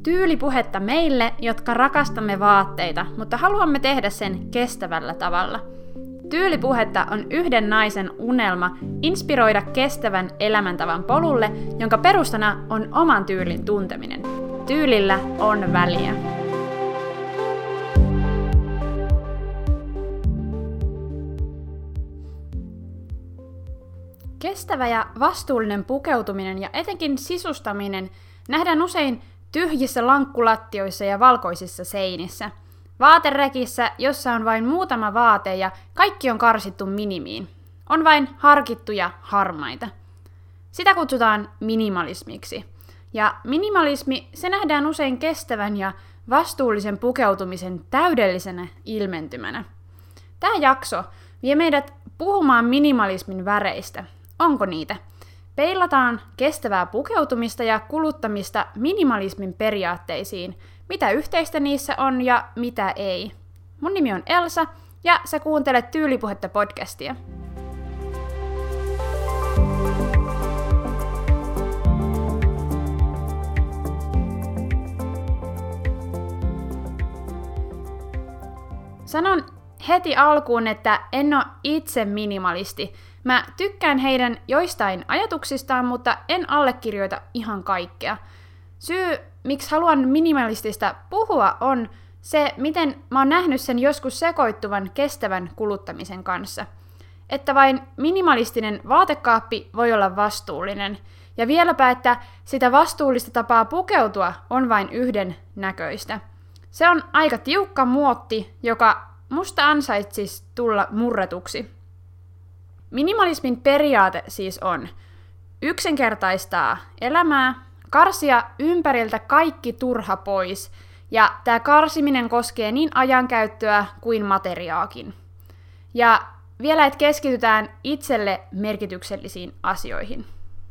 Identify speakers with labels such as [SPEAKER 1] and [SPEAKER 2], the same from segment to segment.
[SPEAKER 1] Tyylipuhetta meille, jotka rakastamme vaatteita, mutta haluamme tehdä sen kestävällä tavalla. Tyylipuhetta on yhden naisen unelma inspiroida kestävän elämäntavan polulle, jonka perustana on oman tyylin tunteminen. Tyylillä on väliä. Kestävä ja vastuullinen pukeutuminen ja etenkin sisustaminen nähdään usein tyhjissä lankkulattioissa ja valkoisissa seinissä. Vaaterekissä, jossa on vain muutama vaate ja kaikki on karsittu minimiin. On vain harkittuja harmaita. Sitä kutsutaan minimalismiksi. Ja minimalismi, se nähdään usein kestävän ja vastuullisen pukeutumisen täydellisenä ilmentymänä. Tämä jakso vie meidät puhumaan minimalismin väreistä. Onko niitä? Peilataan kestävää pukeutumista ja kuluttamista minimalismin periaatteisiin, mitä yhteistä niissä on ja mitä ei. Mun nimi on Elsa ja sä kuuntelet Tyylipuhetta podcastia. Sanon heti alkuun, että en ole itse minimalisti. Mä tykkään heidän joistain ajatuksistaan, mutta en allekirjoita ihan kaikkea. Syy, miksi haluan minimalistista puhua, on se, miten mä oon nähnyt sen joskus sekoittuvan kestävän kuluttamisen kanssa. Että vain minimalistinen vaatekaappi voi olla vastuullinen. Ja vieläpä, että sitä vastuullista tapaa pukeutua on vain yhden näköistä. Se on aika tiukka muotti, joka musta ansaitsisi tulla murretuksi. Minimalismin periaate siis on yksinkertaistaa elämää, karsia ympäriltä kaikki turha pois, ja tämä karsiminen koskee niin ajankäyttöä kuin materiaakin. Ja vielä, että keskitytään itselle merkityksellisiin asioihin.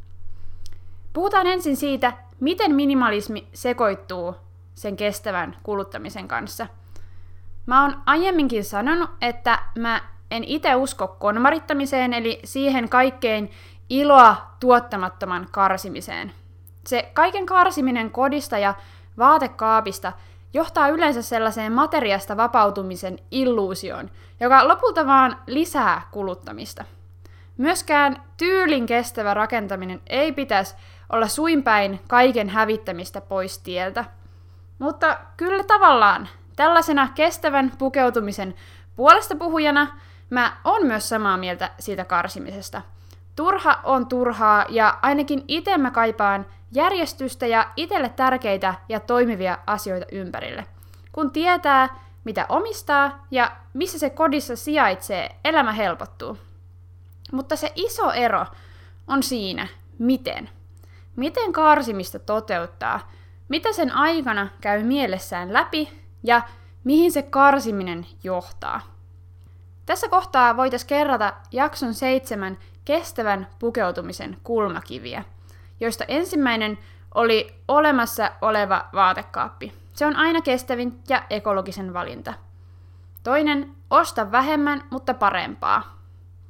[SPEAKER 1] Puhutaan ensin siitä, miten minimalismi sekoittuu sen kestävän kuluttamisen kanssa. Mä oon aiemminkin sanonut, että mä en itse usko konmarittamiseen, eli siihen kaikkein iloa tuottamattoman karsimiseen. Se kaiken karsiminen kodista ja vaatekaapista johtaa yleensä sellaiseen materiasta vapautumisen illuusioon, joka lopulta vaan lisää kuluttamista. Myöskään tyylin kestävä rakentaminen ei pitäisi olla suinpäin kaiken hävittämistä pois tieltä. Mutta kyllä tavallaan tällaisena kestävän pukeutumisen puolesta puhujana mä oon myös samaa mieltä siitä karsimisesta. Turha on turhaa ja ainakin itse mä kaipaan järjestystä ja itselle tärkeitä ja toimivia asioita ympärille. Kun tietää, mitä omistaa ja missä se kodissa sijaitsee, elämä helpottuu. Mutta se iso ero on siinä, miten. Miten karsimista toteuttaa, mitä sen aikana käy mielessään läpi ja mihin se karsiminen johtaa. Tässä kohtaa voitaisiin kerrata jakson 7 kestävän pukeutumisen kulmakiviä, joista ensimmäinen oli olemassa oleva vaatekaappi. Se on aina kestävin ja ekologisen valinta. Toinen, osta vähemmän, mutta parempaa.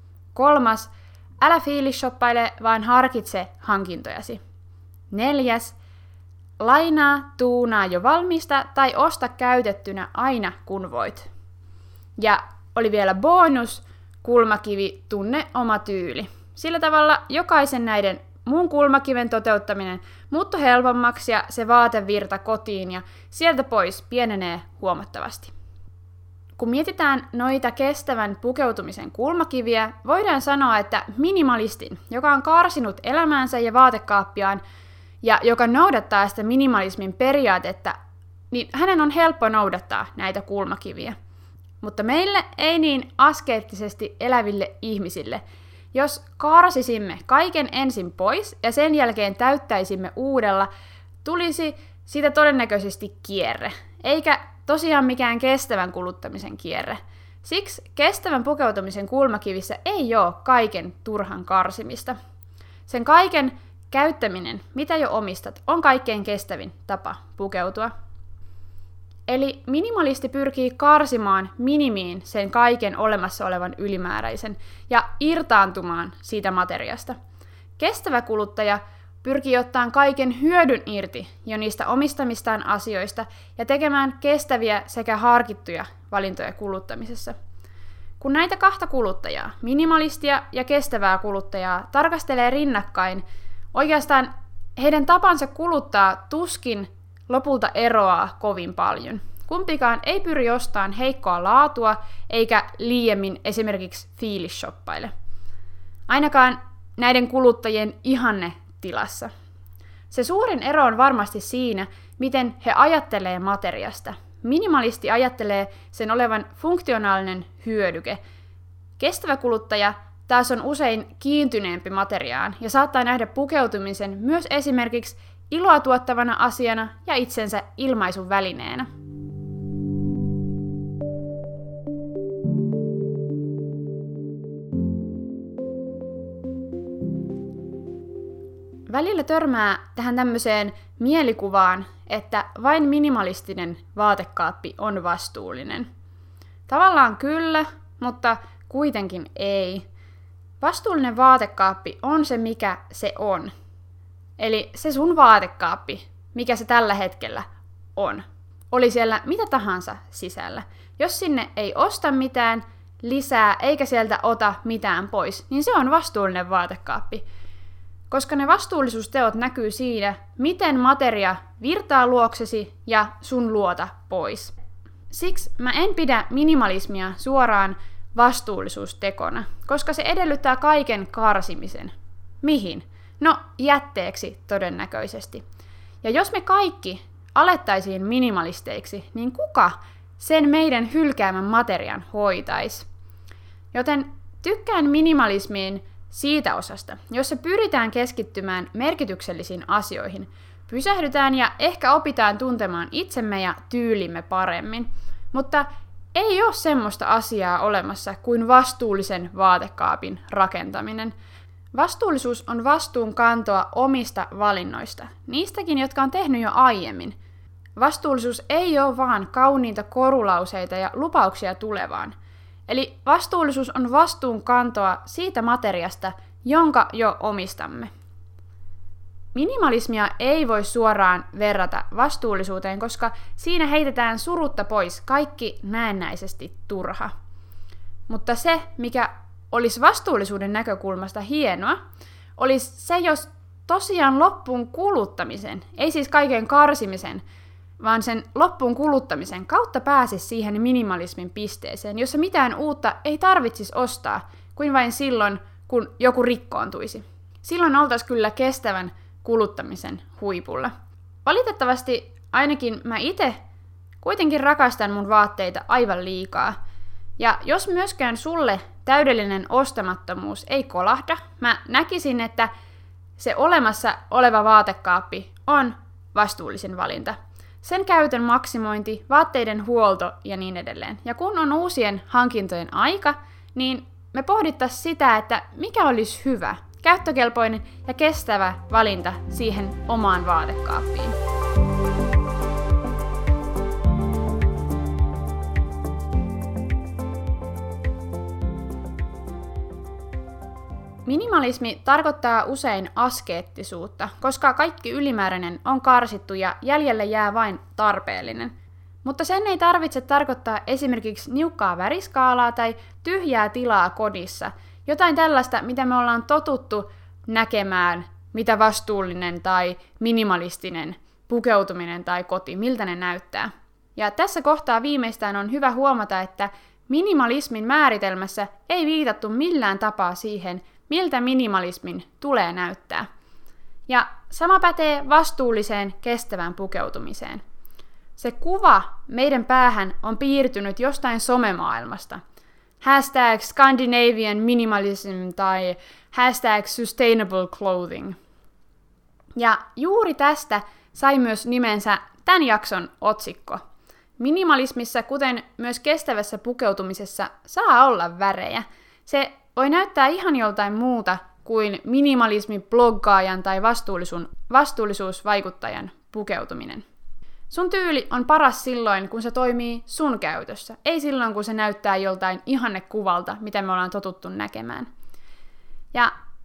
[SPEAKER 1] 3, älä fiilishoppaile, vaan harkitse hankintojasi. 4, lainaa, tuunaa jo valmista tai osta käytettynä aina kun voit. Ja oli vielä bonus, kulmakivi, tunne oma tyyli. Sillä tavalla jokaisen näiden muun kulmakiven toteuttaminen muuttui helpommaksi ja se vaatevirta kotiin ja sieltä pois pienenee huomattavasti. Kun mietitään noita kestävän pukeutumisen kulmakiviä, voidaan sanoa, että minimalistin, joka on karsinut elämäänsä ja vaatekaappiaan ja joka noudattaa sitä minimalismin periaatetta, niin hänen on helppo noudattaa näitä kulmakiviä. Mutta meille ei niin askeettisesti eläville ihmisille, jos karsisimme kaiken ensin pois ja sen jälkeen täyttäisimme uudella, tulisi siitä todennäköisesti kierre, eikä tosiaan mikään kestävän kuluttamisen kierre. Siksi kestävän pukeutumisen kulmakivissä ei ole kaiken turhan karsimista. Sen kaiken käyttäminen, mitä jo omistat, on kaikkein kestävin tapa pukeutua. Eli minimalisti pyrkii karsimaan minimiin sen kaiken olemassa olevan ylimääräisen ja irtaantumaan siitä materiasta. Kestävä kuluttaja pyrkii ottamaan kaiken hyödyn irti jo niistä omistamistaan asioista ja tekemään kestäviä sekä harkittuja valintoja kuluttamisessa. Kun näitä kahta kuluttajaa, minimalistia ja kestävää kuluttajaa, tarkastelee rinnakkain, oikeastaan heidän tapansa kuluttaa tuskin lopulta eroaa kovin paljon. Kumpikaan ei pyri ostamaan heikkoa laatua eikä liiemmin esimerkiksi fiilisshoppaile. Ainakaan näiden kuluttajien ihannetilassa. Se suurin ero on varmasti siinä, miten he ajattelee materiasta. Minimalisti ajattelee sen olevan funktionaalinen hyödyke. Kestävä kuluttaja taas on usein kiintyneempi materiaan ja saattaa nähdä pukeutumisen myös esimerkiksi iloa tuottavana asiana ja itsensä ilmaisun välineenä. Välillä törmää tähän tämmöiseen mielikuvaan, että vain minimalistinen vaatekaappi on vastuullinen. Tavallaan kyllä, mutta kuitenkin ei. Vastuullinen vaatekaappi on se, mikä se on. Eli se sun vaatekaappi, mikä se tällä hetkellä on. Oli siellä mitä tahansa sisällä. Jos sinne ei osta mitään lisää eikä sieltä ota mitään pois, niin se on vastuullinen vaatekaappi. Koska ne vastuullisuusteot näkyy siinä, miten materia virtaa luoksesi ja sun luota pois. Siksi mä en pidä minimalismia suoraan vastuullisuustekona, koska se edellyttää kaiken karsimisen. Mihin? No, jätteeksi todennäköisesti. Ja jos me kaikki alettaisiin minimalisteiksi, niin kuka sen meidän hylkäämän materian hoitaisi? Joten tykkään minimalismiin siitä osasta, jossa pyritään keskittymään merkityksellisiin asioihin, pysähdytään ja ehkä opitaan tuntemaan itsemme ja tyylimme paremmin, mutta ei ole semmoista asiaa olemassa kuin vastuullisen vaatekaapin rakentaminen. Vastuullisuus on vastuunkantoa omista valinnoista, niistäkin, jotka on tehnyt jo aiemmin. Vastuullisuus ei ole vaan kauniita korulauseita ja lupauksia tulevaan. Eli vastuullisuus on vastuunkantoa siitä materiasta, jonka jo omistamme. Minimalismia ei voi suoraan verrata vastuullisuuteen, koska siinä heitetään surutta pois kaikki näennäisesti turha. Mutta se, mikä olisi vastuullisuuden näkökulmasta hienoa, olisi se, jos tosiaan loppuun kuluttamisen, ei siis kaiken karsimisen, vaan sen loppuun kuluttamisen kautta pääsisi siihen minimalismin pisteeseen, jossa mitään uutta ei tarvitsisi ostaa, kuin vain silloin, kun joku rikkoontuisi. Silloin oltaisiin kyllä kestävän kuluttamisen huipulla. Valitettavasti ainakin mä itse kuitenkin rakastan mun vaatteita aivan liikaa. Ja jos myöskään sulle täydellinen ostamattomuus ei kolahda, mä näkisin, että se olemassa oleva vaatekaappi on vastuullisen valinta. Sen käytön maksimointi, vaatteiden huolto ja niin edelleen. Ja kun on uusien hankintojen aika, niin me pohdittaisiin sitä, että mikä olisi hyvä, käyttökelpoinen ja kestävä valinta siihen omaan vaatekaappiin. Minimalismi tarkoittaa usein askeettisuutta, koska kaikki ylimääräinen on karsittu ja jäljelle jää vain tarpeellinen. Mutta sen ei tarvitse tarkoittaa esimerkiksi niukkaa väriskaalaa tai tyhjää tilaa kodissa, jotain tällaista, mitä me ollaan totuttu näkemään, mitä vastuullinen tai minimalistinen pukeutuminen tai koti, miltä ne näyttää. Ja tässä kohtaa viimeistään on hyvä huomata, että minimalismin määritelmässä ei viitattu millään tapaa siihen, miltä minimalismin tulee näyttää. Ja sama pätee vastuulliseen kestävään pukeutumiseen. Se kuva meidän päähän on piirtynyt jostain somemaailmasta. #Scandinavian minimalism tai #sustainable clothing. Ja juuri tästä sai myös nimensä tämän jakson otsikko. Minimalismissa, kuten myös kestävässä pukeutumisessa, saa olla värejä. Se voi näyttää ihan joltain muuta kuin minimalismin bloggaajan tai vastuullisuusvaikuttajan pukeutuminen. Sun tyyli on paras silloin, kun se toimii sun käytössä, ei silloin, kun se näyttää joltain ihannekuvalta, mitä me ollaan totuttu näkemään. Ja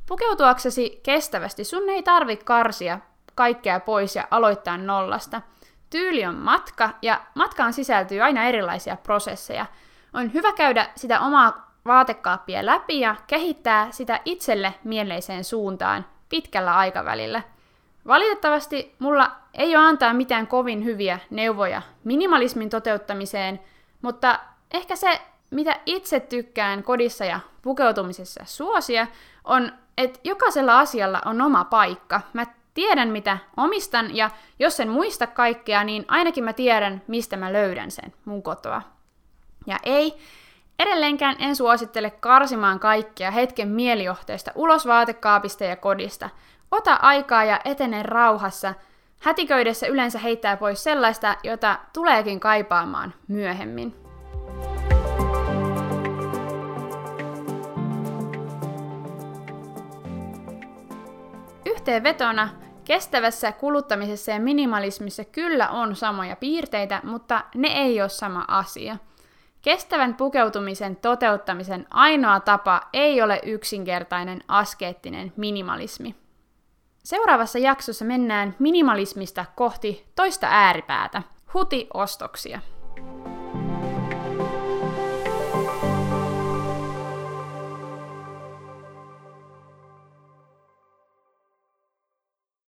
[SPEAKER 1] Pukeutuaksesi kestävästi sun ei tarvitse karsia kaikkea pois ja aloittaa nollasta. Tyyli on matka, ja matkaan sisältyy aina erilaisia prosesseja. On hyvä käydä sitä omaa vaatekaappia läpi ja kehittää sitä itselle mieleiseen suuntaan pitkällä aikavälillä. Valitettavasti mulla ei ole antaa mitään kovin hyviä neuvoja minimalismin toteuttamiseen, mutta ehkä se, mitä itse tykkään kodissa ja pukeutumisessa suosia, on, että jokaisella asialla on oma paikka. Mä tiedän, mitä omistan, ja jos en muista kaikkea, niin ainakin mä tiedän, mistä mä löydän sen mun kotoa. Ja edelleenkään en suosittele karsimaan kaikkea hetken mielijohteesta ulos vaatekaapista ja kodista. Ota aikaa ja etene rauhassa. Hätiköidessä yleensä heittää pois sellaista, jota tuleekin kaipaamaan myöhemmin. Yhteenvetona, kestävässä kuluttamisessa ja minimalismissa kyllä on samoja piirteitä, mutta ne ei ole sama asia. Kestävän pukeutumisen toteuttamisen ainoa tapa ei ole yksinkertainen askeettinen minimalismi. Seuraavassa jaksossa mennään minimalismista kohti toista ääripäätä, hutiostoksia.